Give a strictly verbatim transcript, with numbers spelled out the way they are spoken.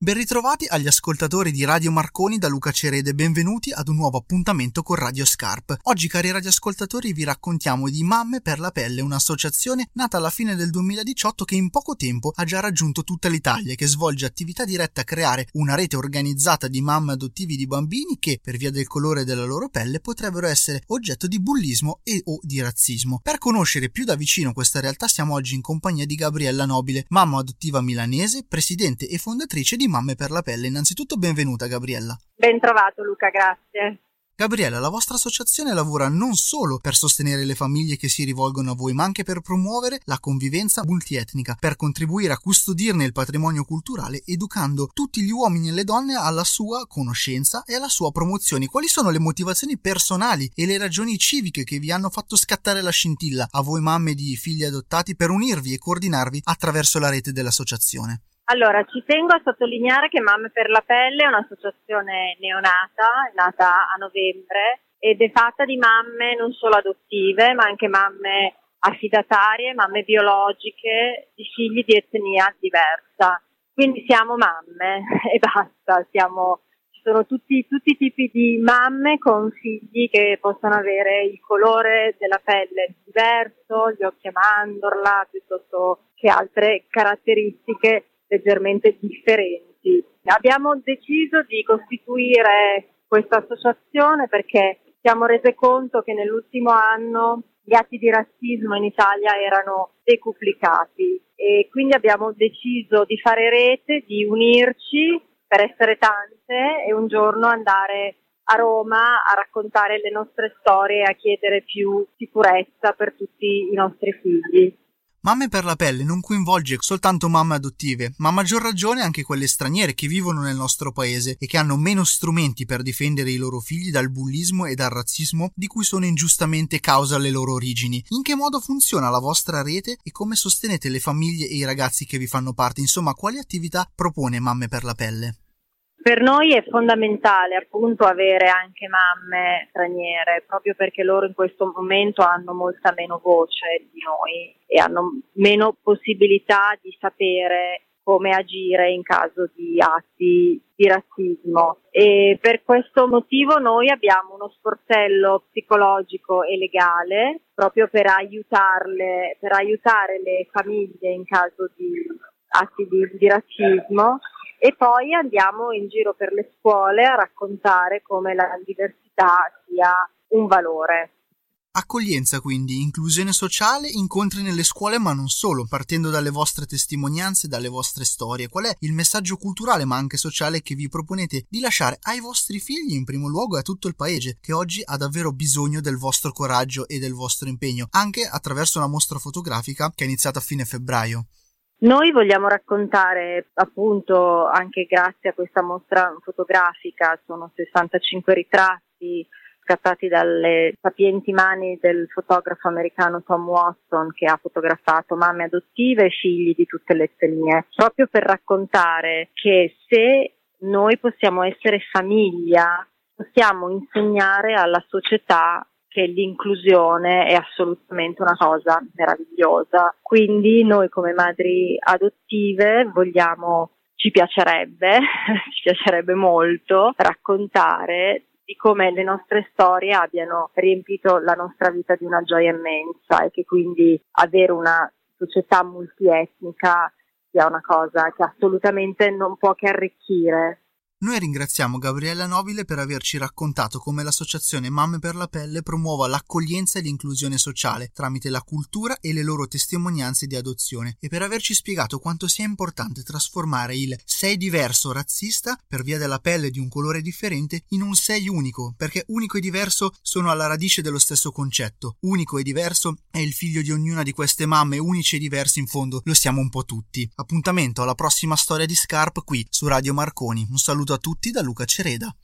Ben ritrovati agli ascoltatori di Radio Marconi da Luca Cereda e benvenuti ad un nuovo appuntamento con Radio Scarp. Oggi, cari radioascoltatori, vi raccontiamo di Mamme per la Pelle, un'associazione nata alla fine del duemiladiciotto che in poco tempo ha già raggiunto tutta l'Italia e che svolge attività diretta a creare una rete organizzata di mamme adottivi di bambini che, per via del colore della loro pelle, potrebbero essere oggetto di bullismo e o di razzismo. Per conoscere più da vicino questa realtà siamo oggi in compagnia di Gabriella Nobile, mamma adottiva milanese, presidente e fondatrice di Mamme per la Pelle. Innanzitutto benvenuta Gabriella. Ben trovato Luca, grazie. Gabriella, la vostra associazione lavora non solo per sostenere le famiglie che si rivolgono a voi, ma anche per promuovere la convivenza multietnica, per contribuire a custodirne il patrimonio culturale, educando tutti gli uomini e le donne alla sua conoscenza e alla sua promozione. Quali sono le motivazioni personali e le ragioni civiche che vi hanno fatto scattare la scintilla a voi mamme di figli adottati per unirvi e coordinarvi attraverso la rete dell'associazione? Allora, ci tengo a sottolineare che Mamme per la Pelle è un'associazione neonata, è nata a novembre ed è fatta di mamme non solo adottive, ma anche mamme affidatarie, mamme biologiche, di figli di etnia diversa. Quindi siamo mamme e basta, siamo, ci sono tutti, tutti i tipi di mamme con figli che possono avere il colore della pelle diverso, gli occhi a mandorla, piuttosto che altre caratteristiche leggermente differenti. Abbiamo deciso di costituire questa associazione perché ci siamo rese conto che nell'ultimo anno gli atti di razzismo in Italia erano decuplicati e quindi abbiamo deciso di fare rete, di unirci per essere tante e un giorno andare a Roma a raccontare le nostre storie e a chiedere più sicurezza per tutti i nostri figli. Mamme per la Pelle non coinvolge soltanto mamme adottive, ma a maggior ragione anche quelle straniere che vivono nel nostro paese e che hanno meno strumenti per difendere i loro figli dal bullismo e dal razzismo di cui sono ingiustamente causa le loro origini. In che modo funziona la vostra rete e come sostenete le famiglie e i ragazzi che vi fanno parte? Insomma, quali attività propone Mamme per la Pelle? Per noi è fondamentale appunto avere anche mamme straniere, proprio perché loro in questo momento hanno molta meno voce di noi e hanno meno possibilità di sapere come agire in caso di atti di razzismo. E per questo motivo noi abbiamo uno sportello psicologico e legale proprio per aiutarle, per aiutare le famiglie in caso di atti di, di razzismo. E poi andiamo in giro per le scuole a raccontare come la diversità sia un valore. Accoglienza quindi, inclusione sociale, incontri nelle scuole ma non solo, partendo dalle vostre testimonianze, dalle vostre storie. Qual è il messaggio culturale ma anche sociale che vi proponete di lasciare ai vostri figli in primo luogo e a tutto il paese che oggi ha davvero bisogno del vostro coraggio e del vostro impegno, anche attraverso una mostra fotografica che è iniziata a fine febbraio? Noi vogliamo raccontare, appunto, anche grazie a questa mostra fotografica, sono sessantacinque ritratti scattati dalle sapienti mani del fotografo americano Tom Watson, che ha fotografato mamme adottive e figli di tutte le etnie, proprio per raccontare che se noi possiamo essere famiglia, possiamo insegnare alla società che l'inclusione è assolutamente una cosa meravigliosa. Quindi noi come madri adottive vogliamo, ci piacerebbe, ci piacerebbe molto raccontare di come le nostre storie abbiano riempito la nostra vita di una gioia immensa e che quindi avere una società multietnica sia una cosa che assolutamente non può che arricchire. Noi ringraziamo Gabriella Nobile per averci raccontato come l'associazione Mamme per la Pelle promuova l'accoglienza e l'inclusione sociale tramite la cultura e le loro testimonianze di adozione e per averci spiegato quanto sia importante trasformare il sei diverso razzista per via della pelle di un colore differente in un sei unico, perché unico e diverso sono alla radice dello stesso concetto. Unico e diverso è il figlio di ognuna di queste mamme, unici e diversi in fondo lo siamo un po' tutti. Appuntamento alla prossima storia di Scarp qui su Radio Marconi. Un saluto a tutti da Luca Cereda.